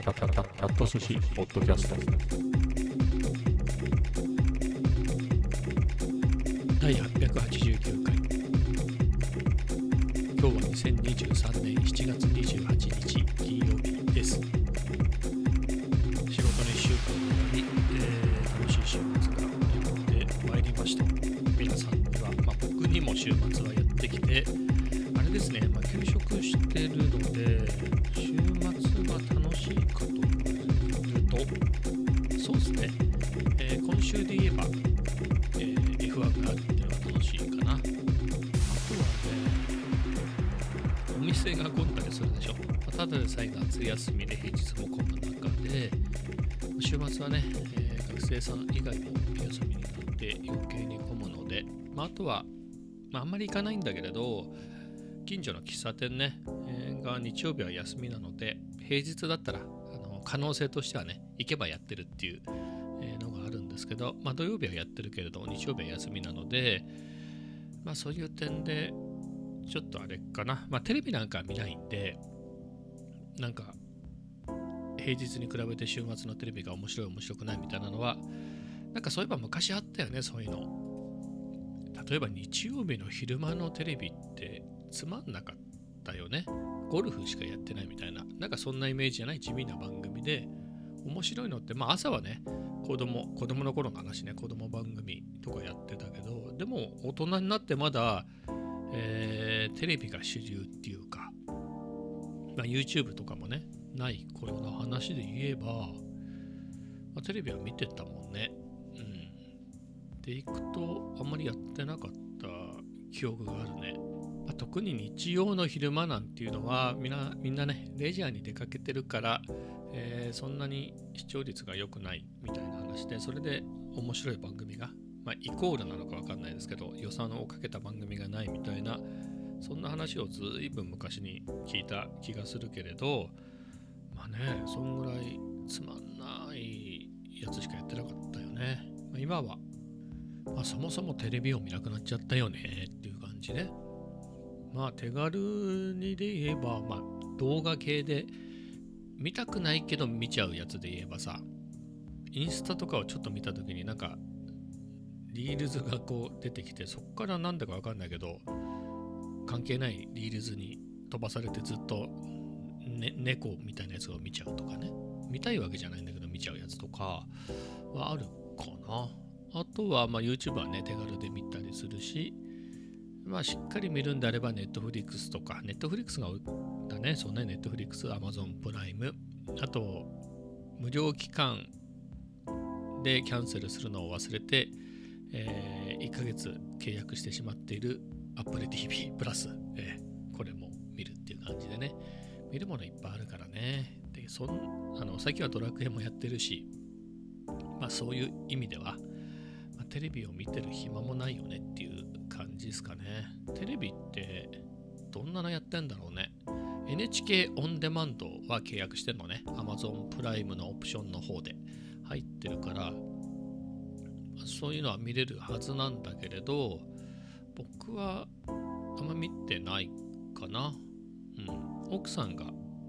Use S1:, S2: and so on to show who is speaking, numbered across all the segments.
S1: ット寿司ポッドキャスト
S2: 第889回。今日は2023年7月28日金曜日です。仕事の1週間に、楽しい週末がやってまいりました。皆さんには、僕にも週末はやってきて、あれですね、休職してるので、週末が楽しいかというと、そうですね、今週で言えば、F1 があるっていうのは楽しいかな。あとはね、お店が混んだりするでしょ。ただでさえ夏休みで平日も混む中で、週末はね、学生さん以外も休みになって余計に混むので、あとは、あんまり行かないんだけれど、近所の喫茶店ね、が日曜日は休みなので、平日だったら可能性としてはね、行けばやってるっていうのがあるんですけど、土曜日はやってるけれど日曜日は休みなので、そういう点でちょっとあれかな、テレビなんか見ないんで、なんか平日に比べて週末のテレビが面白くないみたいなのは、なんかそういえば昔あったよね、そういうの。例えば日曜日の昼間のテレビってつまんなかったよね。ゴルフしかやってないみたいな、なんかそんなイメージじゃない地味な番組で、面白いのって、朝はね、子供の頃の話ね、子供番組とかやってたけど、でも大人になってまだ、テレビが主流っていうか、YouTube とかもね、ない頃の話で言えば、テレビは見てたもんね。でいくと、あんまりやってなかった記憶があるね。特に日曜の昼間なんていうのはみんなね、レジャーに出かけてるから、そんなに視聴率が良くないみたいな話で、それで面白い番組が、イコールなのか分かんないですけど、予算をかけた番組がないみたいな、そんな話をずいぶん昔に聞いた気がするけれど、そんぐらいつまんないやつしかやってなかったよね。今は、そもそもテレビを見なくなっちゃったよねっていう感じね。手軽にで言えば、動画系で見たくないけど見ちゃうやつで言えばさ、インスタとかをちょっと見たときになんかリールズがこう出てきて、そっからなんだかわかんないけど関係ないリールズに飛ばされてずっと、猫みたいなやつを見ちゃうとかね、見たいわけじゃないんだけど見ちゃうやつとかはあるかな。あとはYouTube はね、手軽で見たりするし、しっかり見るんであれば Netflix とか、Netflix がだね、そうね、Netflix、Amazon プライム、あと無料期間でキャンセルするのを忘れて、1ヶ月契約してしまっている Apple TV プラス、これも見るっていう感じでね、見るものいっぱいあるからね。で最近はドラクエもやってるし、そういう意味では、テレビを見てる暇もないよねっていう感じですかね。テレビってどんなのやってんだろうね。NHK オンデマンドは契約してるのね。Amazon プライムのオプションの方で入ってるから、そういうのは見れるはずなんだけれど、僕はあんま見てないかな。奥さんが、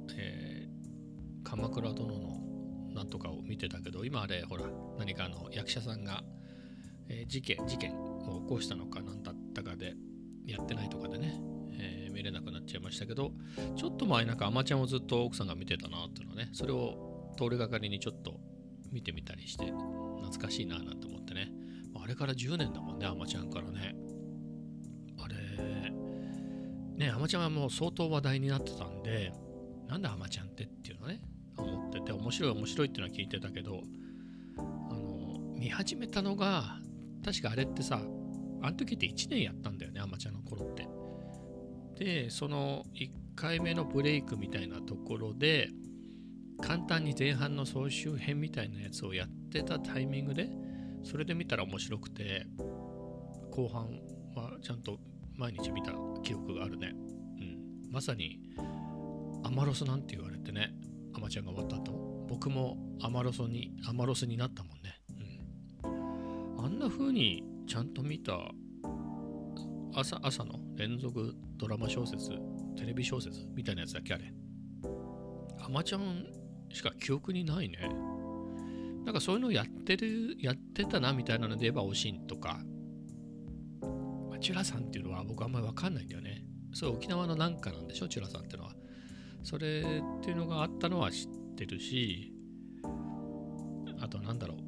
S2: 鎌倉殿のなんとかを見てたけど、今あれほら、何か役者さんが事件を起こしたのかなんだったかでやってないとかでね、見れなくなっちゃいましたけど、ちょっと前なんかアマちゃんをずっと奥さんが見てたなっていうのはね、それを通りがかりにちょっと見てみたりして懐かしいななんて思ってね。あれから10年だもんね、アマちゃんからね。あれね、アマちゃんはもう相当話題になってたんで、なんでアマちゃんってっていうのね思ってて、面白いっていうのは聞いてたけど、見始めたのが確かあれってさ、あの時って1年やったんだよね、アマちゃんの頃って。で、その1回目のブレイクみたいなところで、簡単に前半の総集編みたいなやつをやってたタイミングで、それで見たら面白くて、後半はちゃんと毎日見た記憶があるね。まさにアマロスなんて言われてね、アマちゃんが終わった後、僕もアマロスになったもんね。あんな風にちゃんと見た朝の連続ドラマ小説、テレビ小説みたいなやつだっけあれ。アマちゃんしか記憶にないね。なんかそういうのやってたなみたいなので言えばおしんとか、チュラさんっていうのは僕あんまりわかんないんだよね。そう、沖縄のなんかなんでしょ、チュラさんっていうのは。それっていうのがあったのは知ってるし、あとなんだろう。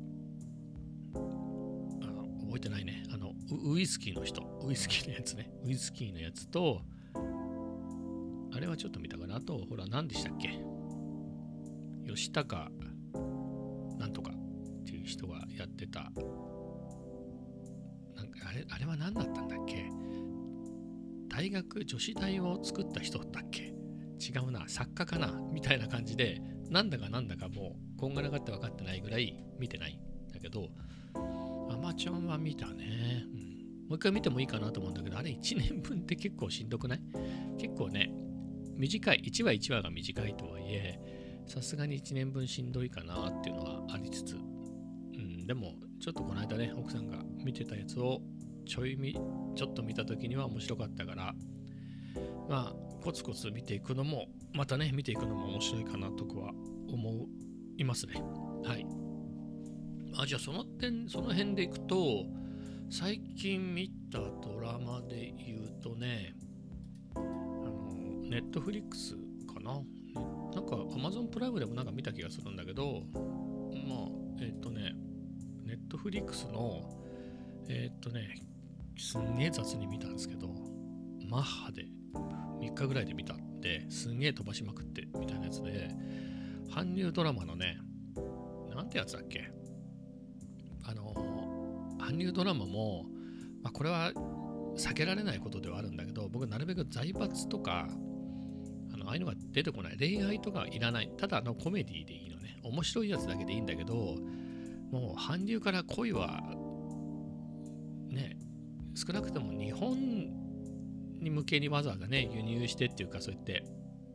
S2: 覚えてないね。ウイスキーの人。ウイスキーのやつね。ウイスキーのやつと、あれはちょっと見たかな。あと、ほら、何でしたっけ。吉高なんとかっていう人がやってた。なんかあれは何だったんだっけ。大学女子大を作った人だっけ。違うな、作家かなみたいな感じで、なんだかもうこんがらがって分かってないぐらい見てないんだけど、アマちゃんは見たね、もう一回見てもいいかなと思うんだけど、あれ1年分って結構しんどくない？結構ね、短い、1話1話が短いとはいえ、さすがに1年分しんどいかなっていうのはありつつ、でもちょっとこの間ね、奥さんが見てたやつをちょっと見た時には面白かったから、まあコツコツ見ていくのもまたね、見ていくのも面白いかなとは思いますね。はい。じゃあその辺でいくと、最近見たドラマで言うとね、ネットフリックスかな。なんか Amazon プライムでもなんか見た気がするんだけど、ネットフリックスのすんげえ雑に見たんですけど、マッハで3日ぐらいで見たんで、すんげえ飛ばしまくってみたいなやつで、韓流ドラマのね、なんてやつだっけ、韓流ドラマも、これは避けられないことではあるんだけど、僕なるべく財閥とかああいうのが出てこない、恋愛とかはいらない、ただコメディでいいのね、面白いやつだけでいいんだけど、もう韓流から恋はね、少なくとも日本に向けにわざわざね輸入してっていうか、そうやって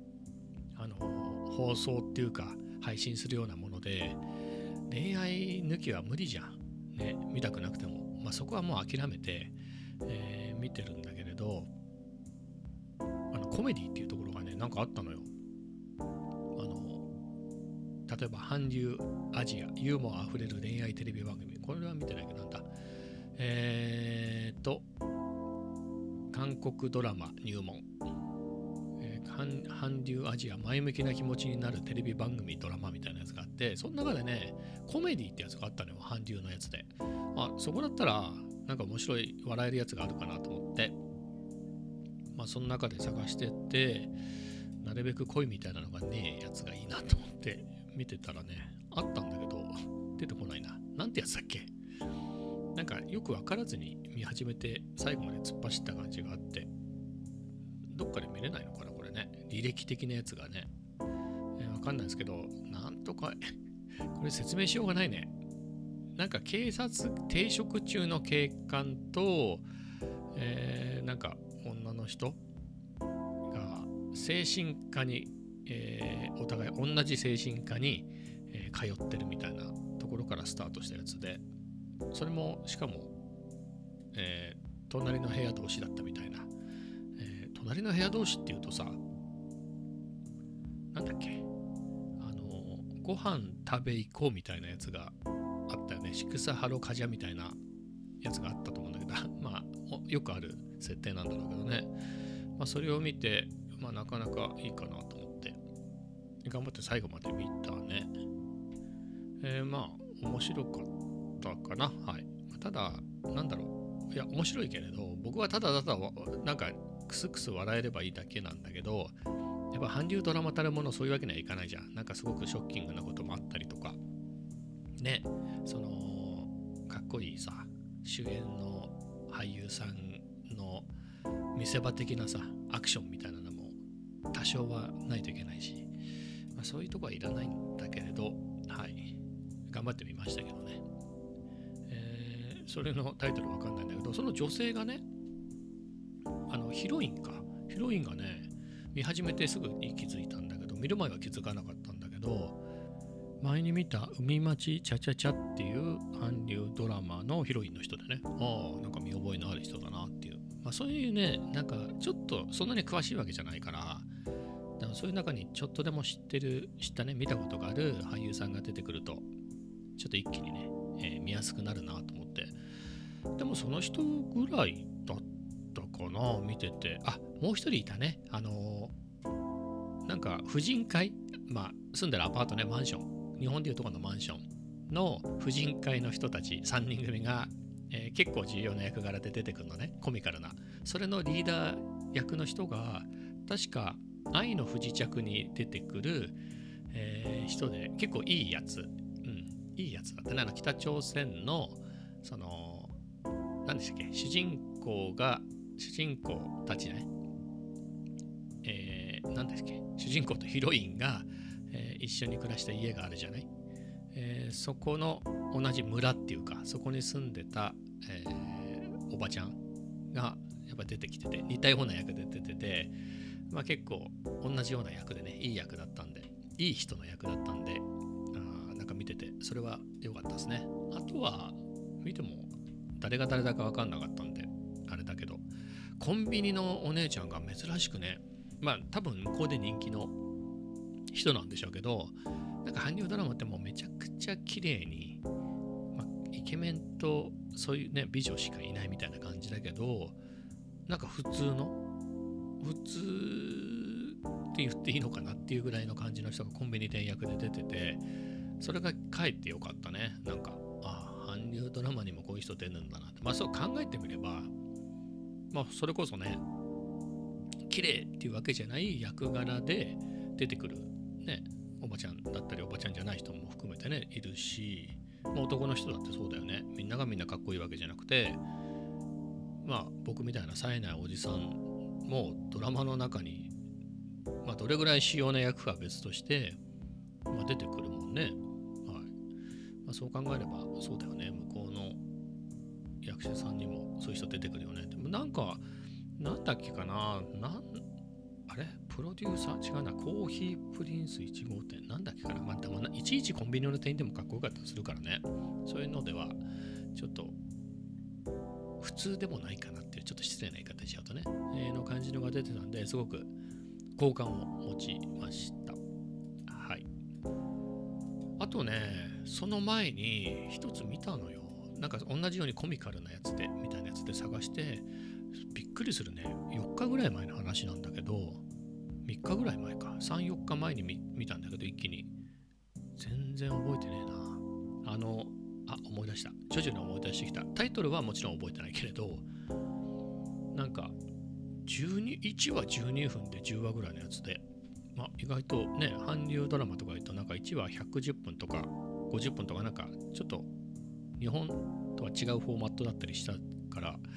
S2: 放送っていうか配信するようなもので、恋愛抜きは無理じゃんね、見たくなくても、そこはもう諦めて、見てるんだけれど、コメディっていうところがね、なんかあったのよ。例えば韓流アジアユーモアあふれる恋愛テレビ番組、これは見てないけど、なんだ韓国ドラマ入門、韓流アジア前向きな気持ちになるテレビ番組ドラマみたいなやつがあって、その中でねコメディってやつがあったのよ、韓流のやつで。そこだったらなんか面白い笑えるやつがあるかなと思って、その中で探してって、なるべく恋みたいなのがねえやつがいいなと思って見てたらね、あったんだけど出てこないな。なんてやつだっけ。なんかよく分からずに見始めて最後まで突っ走った感じがあって、どっかで見れないのかなこれね、履歴的なやつがね、分かんないですけど、なんとかこれ説明しようがないね。なんか警察停職中の警官と、なんか女の人が精神科に、お互い同じ精神科に、通ってるみたいなところからスタートしたやつで、それもしかも、隣の部屋同士だったみたいな、隣の部屋同士っていうとさ、なんだっけ、ご飯食べ行こうみたいなやつがあったよね。シクサハロカジャみたいなやつがあったと思うんだけど、よくある設定なんだろうけどね。それを見て、なかなかいいかなと思って頑張って最後まで見たね。面白かったかな。はい。ただなんだろう、いや面白いけれど、僕はただなんかクスクス笑えればいいだけなんだけど、やっぱ韓流ドラマたるものそういうわけにはいかないじゃん。なんかすごくショッキングなこともあったりとかね、かっこいいさ主演の俳優さんの見せ場的なさアクションみたいなのも多少はないといけないし、そういうとこはいらないんだけれど、はい、頑張ってみましたけどね。それのタイトルわかんないんだけど、その女性がね、ヒロインがね、見始めてすぐに気づいたんだけど、見る前は気づかなかったんだけど、前に見た海町チャチャチャっていう韓流ドラマのヒロインの人でね、なんか見覚えのある人だなっていう、そういうね、なんかちょっとそんなに詳しいわけじゃないから、 だからそういう中にちょっとでも知ったね、見たことがある俳優さんが出てくると、ちょっと一気にね、見やすくなるなと思って。でもその人ぐらいだったかな、見てて。あ、もう一人いたね。なんか婦人会、まあ住んでるアパートね、マンション。日本でいうとこのマンションの婦人会の人たち3人組が、結構重要な役柄で出てくるのね、コミカルな。それのリーダー役の人が、確か愛の不時着に出てくる、人で、結構いいやつ。いいやつだったね。北朝鮮の、何でしたっけ、主人公たちね、何ですっけ、主人公とヒロインが、一緒に暮らした家があるじゃない。そこの同じ村っていうか、そこに住んでた、おばちゃんがやっぱ出てきてて、似たような役で出てて、まあ結構同じような役でね、いい役だったんで、いい人の役だったんで、なんか見てて、それは良かったですね。あとは、見ても誰が誰だか分かんなかったんで、あれだけど、コンビニのお姉ちゃんが珍しくね、まあ多分向こうで人気の人なんでしょうけど、なんか韓流ドラマってもうめちゃくちゃ綺麗に、まあ、イケメンとそういうね美女しかいないみたいな感じだけど、なんか普通って言っていいのかなっていうぐらいの感じの人がコンビニ店役で出てて、それがかえってよかったね。なんか韓流ドラマにもこういう人出るんだなって、まあそう考えてみれば、まあそれこそね、綺麗っていうわけじゃない役柄で出てくるね、おばちゃんだったりおばちゃんじゃない人も含めてねいるし、まあ、男の人だってそうだよね。みんながみんなかっこいいわけじゃなくて、まあ僕みたいな冴えないおじさんもドラマの中に、まあ、どれぐらい主要な役かは別として、まあ、出てくるもんね。はい。まあ、そう考えればそうだよね。向こうの役者さんにもそういう人出てくるよね。でもなんかなんだっけかな、あれプロデューサー違うな、コーヒープリンス1号店なんだっけかな、まあ、でもいちいちコンビニの店員でもかっこよかったりするからね。そういうのではちょっと普通でもないかなっていう、ちょっと失礼な言い方しちゃうとね、の感じのが出てたんで、すごく好感を持ちました。はい。あとね、その前に一つ見たのよ。なんか同じようにコミカルなやつでみたいなやつで探して、びっくりするね。4日ぐらい前の話なんだけど、3日ぐらい前か、3、4日前に見たんだけど、一気に。全然覚えてねえな。思い出した。徐々に思い出してきた。タイトルはもちろん覚えてないけれど、なんか、1話12分で10話ぐらいのやつで、まあ、意外とね、韓流ドラマとか言うと、なんか1話110分とか50分とか、なんかちょっと日本とは違うフォーマットだったりしたから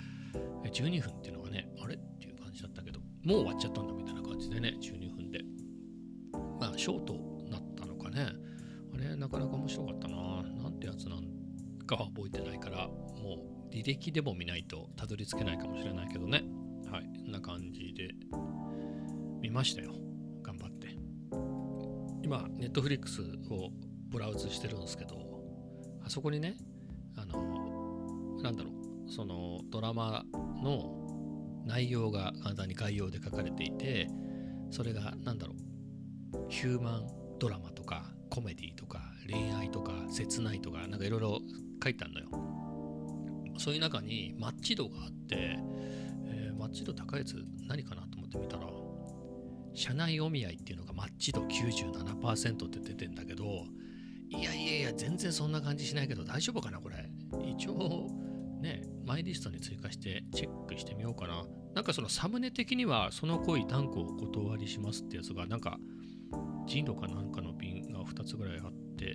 S2: 、12分っていうのはね、あれっていう感じだったけど、もう終わっちゃったんだみたいな感じでね、12分で。まあ、ショートなったのかね。あれ、なかなか面白かったな。なんてやつなんかは覚えてないから、もう履歴でも見ないとたどり着けないかもしれないけどね。はい、こんな感じで見ましたよ。頑張って。今、ネットフリックスをブラウズしてるんですけど、あそこにね、なんだろう、そのドラマの内容が簡単に概要で書かれていて、それがなんだろう、ヒューマンドラマとかコメディとか恋愛とか切ないとかなんかいろいろ書いてあるのよ。そういう中にマッチ度があって、マッチ度高いやつ何かなと思って見たら、社内お見合いっていうのがマッチ度 97% って出てんだけど、いや全然そんな感じしないけど大丈夫かなこれ。一応ね、マイリストに追加してチェックしてみようかな。なんかそのサムネ的には、その恋断固お断りしますってやつがなんか人狼かなんかの瓶が2つぐらいあって、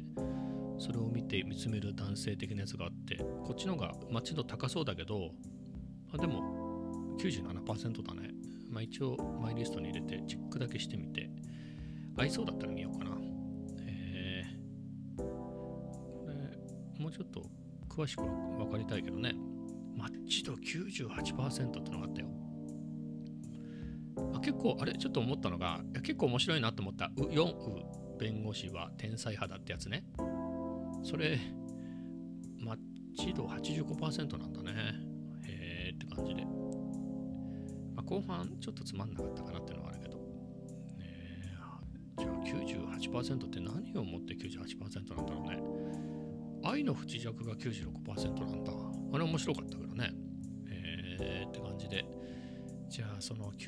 S2: それを見つめる男性的なやつがあって、こっちの方がマッチ度高そうだけど、でも 97% だね。まあ一応マイリストに入れてチェックだけしてみて、合いそうだったら見ようかな。これもうちょっと詳しく分かりたいけどね。マッチ度 98% ってのがあったよ。結構あれちょっと思ったのが、結構面白いなと思ったヨンウ弁護士は天才派だってやつね。それマッチ度 85% なんだね。へーって感じで、後半ちょっとつまんなかったかなっていうのはあるけど、 98% って何をもって 98% なんだろうね。愛の不時着が 96% なんだ。あれ面白かったからね。って感じで、じゃあその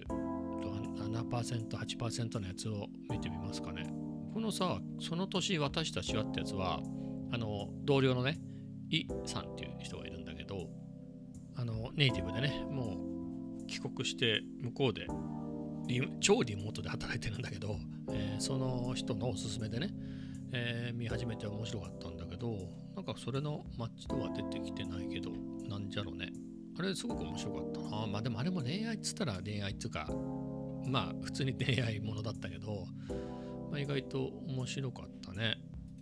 S2: 97%、8% のやつを見てみますかね。このさ、その年私たちはってやつは、同僚のね、イさんっていう人がいるんだけど、ネイティブでね、もう帰国して向こうで超リモートで働いてるんだけど、その人のおすすめでね、見始めて面白かったんだけど、なんかそれのマッチとは出てきてないけど、なんじゃろうね。あれすごく面白かったな。まあでもあれも恋愛っつったら恋愛っつうか、まあ普通に恋愛ものだったけど、まあ、意外と面白かったね。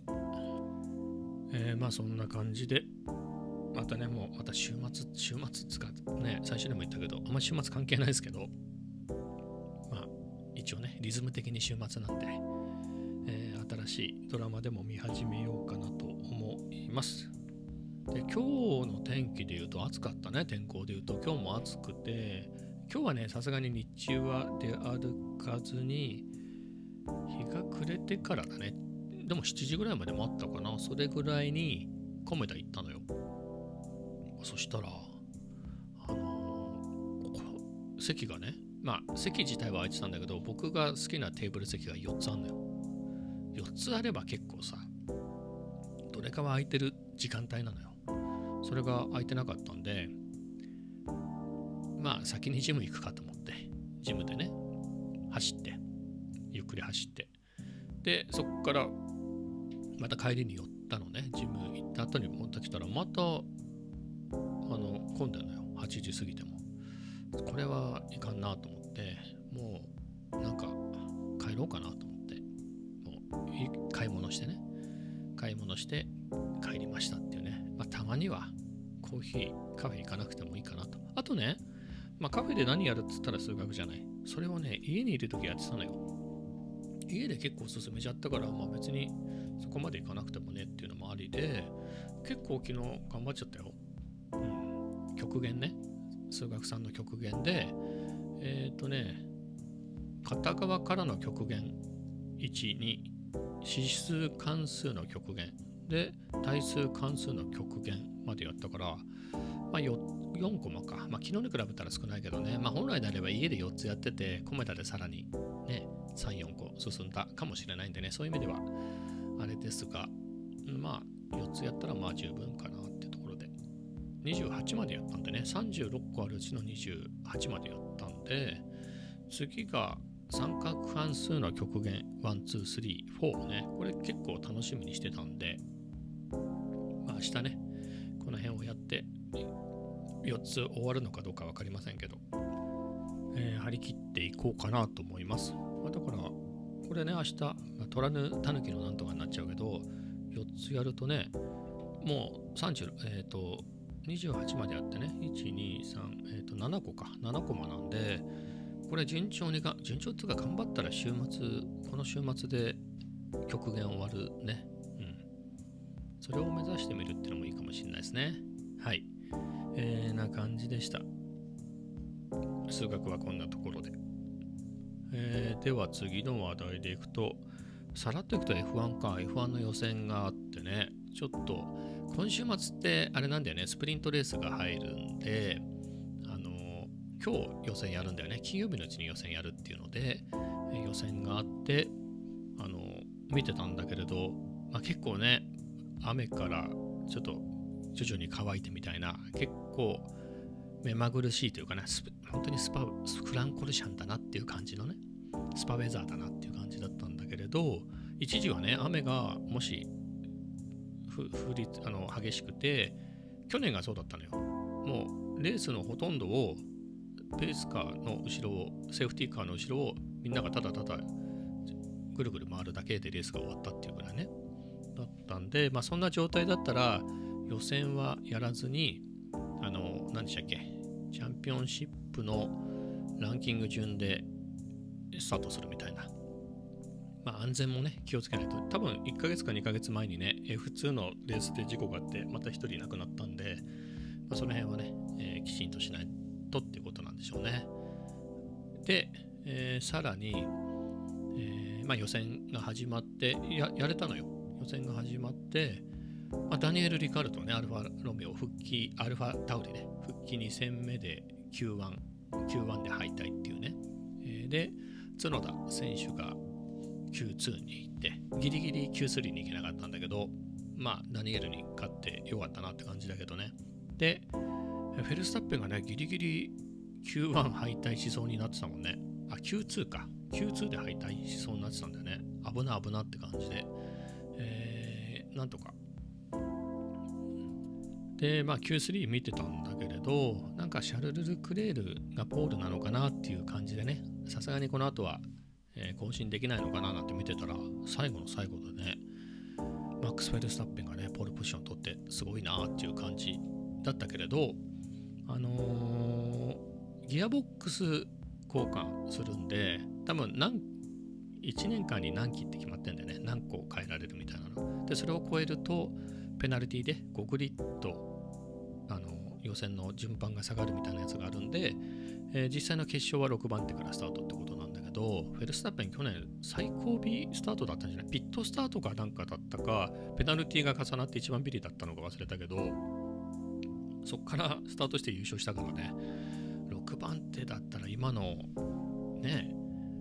S2: まあそんな感じで、またね、もうまた週末つかね、最初にも言ったけど、あんま週末関係ないですけど、まあ一応ね、リズム的に週末なんで、新しいドラマでも見始めようかなと思います。で、今日の天気で言うと暑かったね。天候で言うと今日も暑くて、今日はね、さすがに日中は出歩かずに、日が暮れてからだね。でも7時ぐらいまで待ったかな。それぐらいに米田行ったのよ。そしたら、席がね、まあ席自体は空いてたんだけど、僕が好きなテーブル席が4つあるのよ。4つあれば結構さ、どれかは空いてる時間帯なのよ。それが空いてなかったんで、まあ先にジム行くかと思って、ジムでね、走って、ゆっくり走って、で、そこからまた帰りに寄ったのね。ジム行った後に持ってきたら、また混んでるのよ。8時過ぎても。これはいかんなと思って、もうなんか帰ろうかなと思って、もう買い物して帰りましたっていうね。まあたまにはコーヒー、カフェ行かなくてもいいかなと。あとね、まあカフェで何やるっつったら数学じゃない。それをね、家にいるときやってたのよ。家で結構進めちゃったから、まあ別にそこまで行かなくてもねっていうのもありで、結構昨日頑張っちゃったよ。極限ね。数学さんの極限で、片側からの極限、1、2、指数関数の極限で、対数関数の極限までやったから、まあ4コマか。まあ昨日に比べたら少ないけどね、まあ本来であれば家で4つやってて、コメダでさらにね、3、4個進んだかもしれないんでね、そういう意味ではあれですが、まあ4つやったらまあ十分かなってところで、28までやったんでね、36個あるうちの28までやったんで、次が三角関数の極限1、2、3、4ね、これ結構楽しみにしてたんで、まあ明日ね、この辺をやって4つ終わるのかどうか分かりませんけど、張り切っていこうかなと思います。だからこれね、明日取らぬたぬきのなんとかになっちゃうけど、4つやるとね、もう28までやってね、1、2、3、7個か、7コマなんで、これ順調っていうか頑張ったらこの週末で極限終わるね。それを目指してみるっていうのもいいかもしれないですね。はい。な感じでした。数学はこんなところで。では次の話題でいくと、さらっといくと F1 か、F1 の予選があってね、ちょっと今週末ってあれなんだよね、スプリントレースが入るんで、今日予選やるんだよね。金曜日のうちに予選やるっていうので、予選があって見てたんだけれど、まあ、結構ね、雨からちょっと徐々に乾いてみたいな、結構目まぐるしいというかね、本当にフランコルシャンだなっていう感じのね、スパウェザーだなっていう感じだったんだけれど、一時はね、雨がもし激しくて、去年がそうだったのよ。もうレースのほとんどをペースカーの後ろを、セーフティーカーの後ろをみんながただただぐるぐる回るだけでレースが終わったっていうぐらいねだったんで、まあそんな状態だったら予選はやらずに、何でしたっけ、チャンピオンシップのランキング順でスタートするみたいな。まあ安全もね気をつけないと。多分1ヶ月か2ヶ月前にね F2 のレースで事故があってまた1人亡くなったんで、まあ、その辺はね、きちんとしないとっていうことなんでしょうね。で、さらに、 予選が始まってやれたのよ。予選が始まって、ダニエル・リカルドね、アルファロメオアルファタウリね、復帰2戦目で Q1 で敗退っていうね。で、角田選手が Q2 に行って、ギリギリ Q3 に行けなかったんだけど、ダニエルに勝ってよかったなって感じだけどね。で、フェルスタッペンがね、ギリギリ Q1 敗退しそうになってたもんね。Q2 か。Q2 で敗退しそうになってたんだよね。危なって感じで。なんとか。で、Q3 見てたんだけれど、なんかシャルル・ルクレールがポールなのかなっていう感じでね、さすがにこの後は、更新できないのかななんて見てたら、最後の最後でね、マックス・フェルスタッペンがね、ポールポジション取ってすごいなっていう感じだったけれど、ギアボックス交換するんで、多分1年間に何機って決まってんだよね。何個変えられるみたいなの。で、それを超えると、ペナルティで5グリッド、予選の順番が下がるみたいなやつがあるんで、実際の決勝は6番手からスタートってことなんだけど、フェルスタッペン去年最後尾スタートだったんじゃない？ピットスタートかなんかだったか、ペナルティが重なって一番ビリだったのか忘れたけど、そっからスタートして優勝したからね、6番手だったら今のね、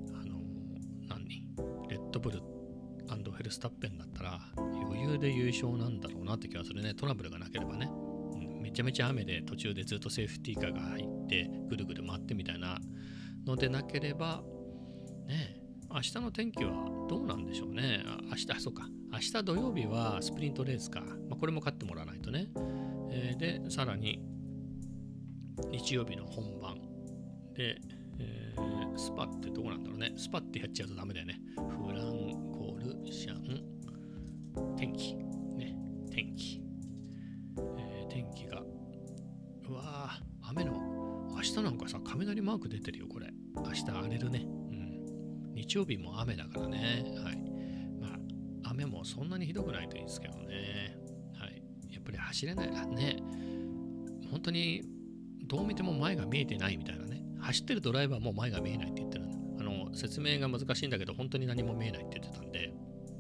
S2: レッドブル&フェルスタッペンだったら余裕で優勝なんだろうなって気がするね。トラブルがなければね。めちゃめちゃ雨で途中でずっとセーフティーカーが入ってぐるぐる回ってみたいなのでなければね、明日の天気はどうなんでしょうね。明日土曜日はスプリントレースか、これも勝ってもらわないとね。でさらに日曜日の本番で、スパってどこなんだろうね。スパってやっちゃうとダメだよね。フランコルシャン天気ね、天気が雨の明日なんかさ、雷マーク出てるよ。これ明日荒れるね。日曜日も雨だからね。はい。雨もそんなにひどくないといいですけどね。はい。やっぱり走れないね。本当にどう見ても前が見えてないみたいなね。走ってるドライバーも前が見えないって言ってる。説明が難しいんだけど、本当に何も見えないって言ってたんで、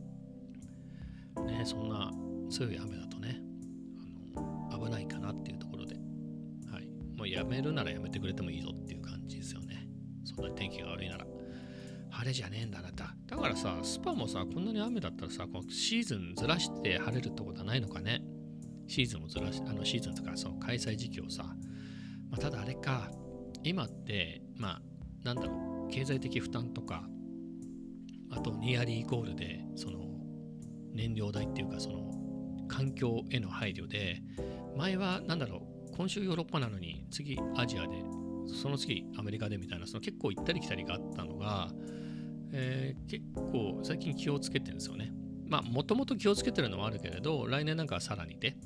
S2: ね、そんな強い雨だとね、危ないかなっていうところで、はい。もうやめるならやめてくれてもいいぞっていう感じですよね。そんなに天気が悪いなら。晴れじゃねえんだな。だからさ、スパもさ、こんなに雨だったらさ、このシーズンずらして晴れるってことはないのかね。シーズンをずらし、シーズンとかその開催時期をさ、ただあれか、今って、経済的負担とか、あとニアリーイコールで、その燃料代っていうか、その環境への配慮で、前は今週ヨーロッパなのに、次アジアで、その次アメリカでみたいな、その結構行ったり来たりがあったのが、結構最近気をつけてるんですよね。もともと気をつけてるのはあるけれど、来年なんかはさらにで、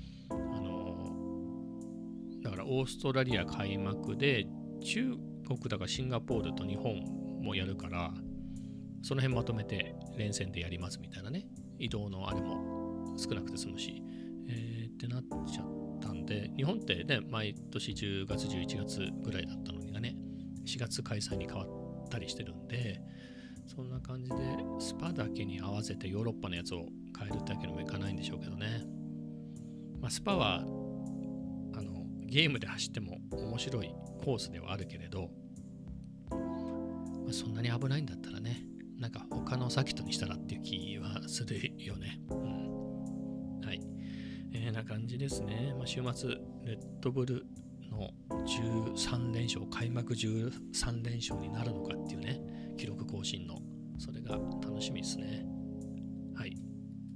S2: だからオーストラリア開幕で、中国だからシンガポールと日本もやるから、その辺まとめて連戦でやりますみたいなね。移動のあれも少なくて済むし、ってなっちゃったんで、日本ってね、毎年10月、11月ぐらいだったのにね、4月開催に変わったりしてるんで、そんな感じでスパだけに合わせてヨーロッパのやつを変えるってわけにもいかないんでしょうけどね。スパはゲームで走っても面白いコースではあるけれど、そんなに危ないんだったらね、なんか他のサーキットにしたらっていう気はするよね。はい。な感じですね。週末、レッドブルの13連勝、開幕13連勝になるのかっていうね、記録更新の、それが楽しみですね。はい。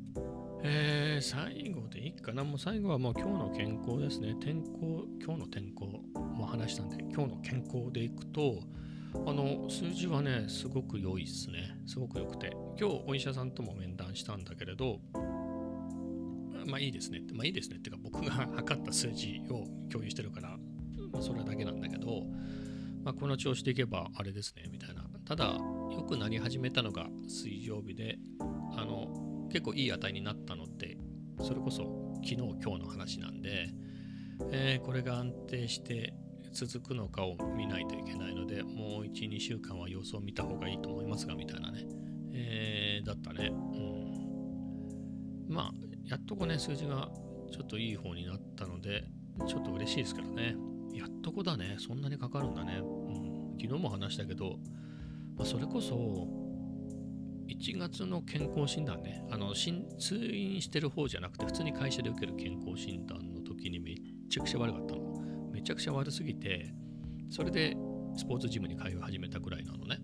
S2: 最後でいいかな。もう最後はもう今日の健康ですね。今日の天候も話したんで、今日の健康でいくと、数字はね、すごく良いですね。すごく良くて。今日お医者さんとも面談したんだけれど、いいですねって、いいですねっていうか、僕が測った数字を共有してるから、それだけなんだけど、この調子でいけばあれですね、みたいな。ただ、良くなり始めたのが水曜日で、結構いい値になったのって、それこそ昨日今日の話なんで、これが安定して続くのかを見ないといけないので、もう 1,2 週間は様子を見た方がいいと思いますが、みたいなね、 だったね。まあ、やっと数字がちょっといい方になったので、ちょっと嬉しいですけどね。やっとこだね。そんなにかかるんだね。昨日も話したけど、それこそ、1月の健康診断ね、通院してる方じゃなくて、普通に会社で受ける健康診断の時にめっちゃくちゃ悪かったの。めちゃくちゃ悪すぎて、それでスポーツジムに通い始めたぐらいなのね。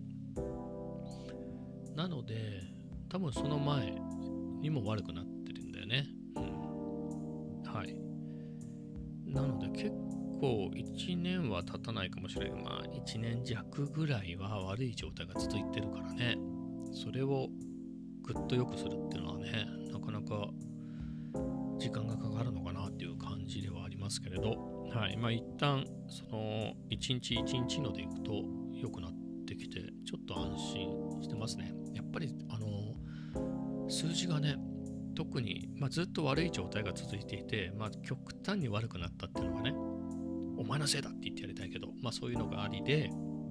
S2: なので、多分その前にも悪くなってるんだよね。はい。なので結構1年は経たないかもしれない。1年弱ぐらいは悪い状態が続いてるからね。それをぐっと良くするっていうのはね、なかなか時間がかかるのかなっていう感じではありますけれど、はい。一旦その一日一日のでいくと良くなってきて、ちょっと安心してますね。やっぱり数字がね、特に、ずっと悪い状態が続いていて、極端に悪くなったっていうのがね、お前のせいだって言ってやりたいけど、そういうのがありで、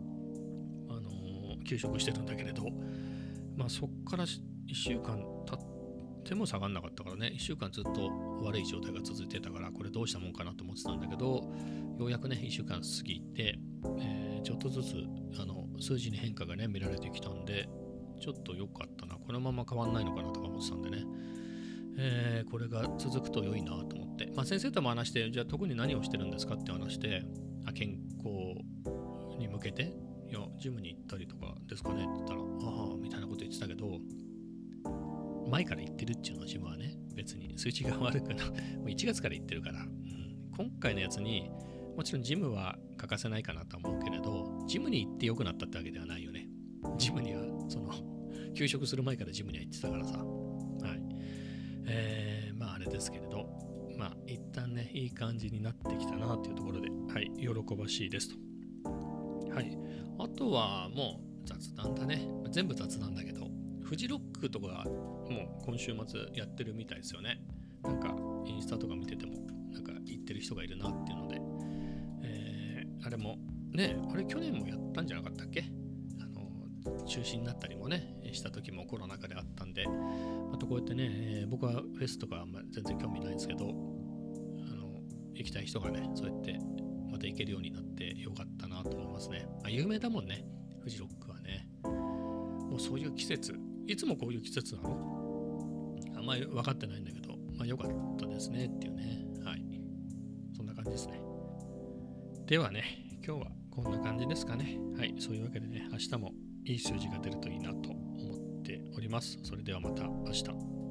S2: 休職してるんだけれど、そっから1週間経っても下がんなかったからね、1週間ずっと悪い状態が続いてたから、これどうしたもんかなと思ってたんだけど、ようやくね、1週間過ぎて、ちょっとずつ数字に変化がね、見られてきたんで、ちょっと良かったな、このまま変わんないのかなとか思ってたんでね、これが続くと良いなと思って、先生とも話して、じゃあ特に何をしてるんですかって話して、健康に向けて、いや、ジムに行ったりとかですかねって言ったら、ああ、みたいなこと言ってたけど、前から言ってるっていうのはジムはね、別に数値が悪くな、もう1月から言ってるから、今回のやつに、もちろんジムは欠かせないかなと思うけれど、ジムに行って良くなったってわけではないよね。ジムには、休職する前からジムには行ってたからさ。はい。あれですけれど、一旦ね、いい感じになってきたなというところで、はい、喜ばしいですと。はい。あとはもう雑談だね。全部雑談だけど、フジロックとかもう今週末やってるみたいですよね。なんかインスタとか見てても、なんか行ってる人がいるなっていうので、あれもね、あれ去年もやったんじゃなかったっけ？中止になったりもね、した時もコロナ禍であったんで、あとこうやってね、僕はフェスとか全然興味ないんですけど、行きたい人がね、そうやってまた行けるようになってよかったなと思いますね。有名だもんね、フジロックはね。もうそういう季節、いつもこういう季節なの？あんまり分かってないんだけど、良かったですねっていうね。はい。そんな感じですね。ではね、今日はこんな感じですかね。はい。そういうわけでね、明日もいい数字が出るといいなと思っております。それではまた明日。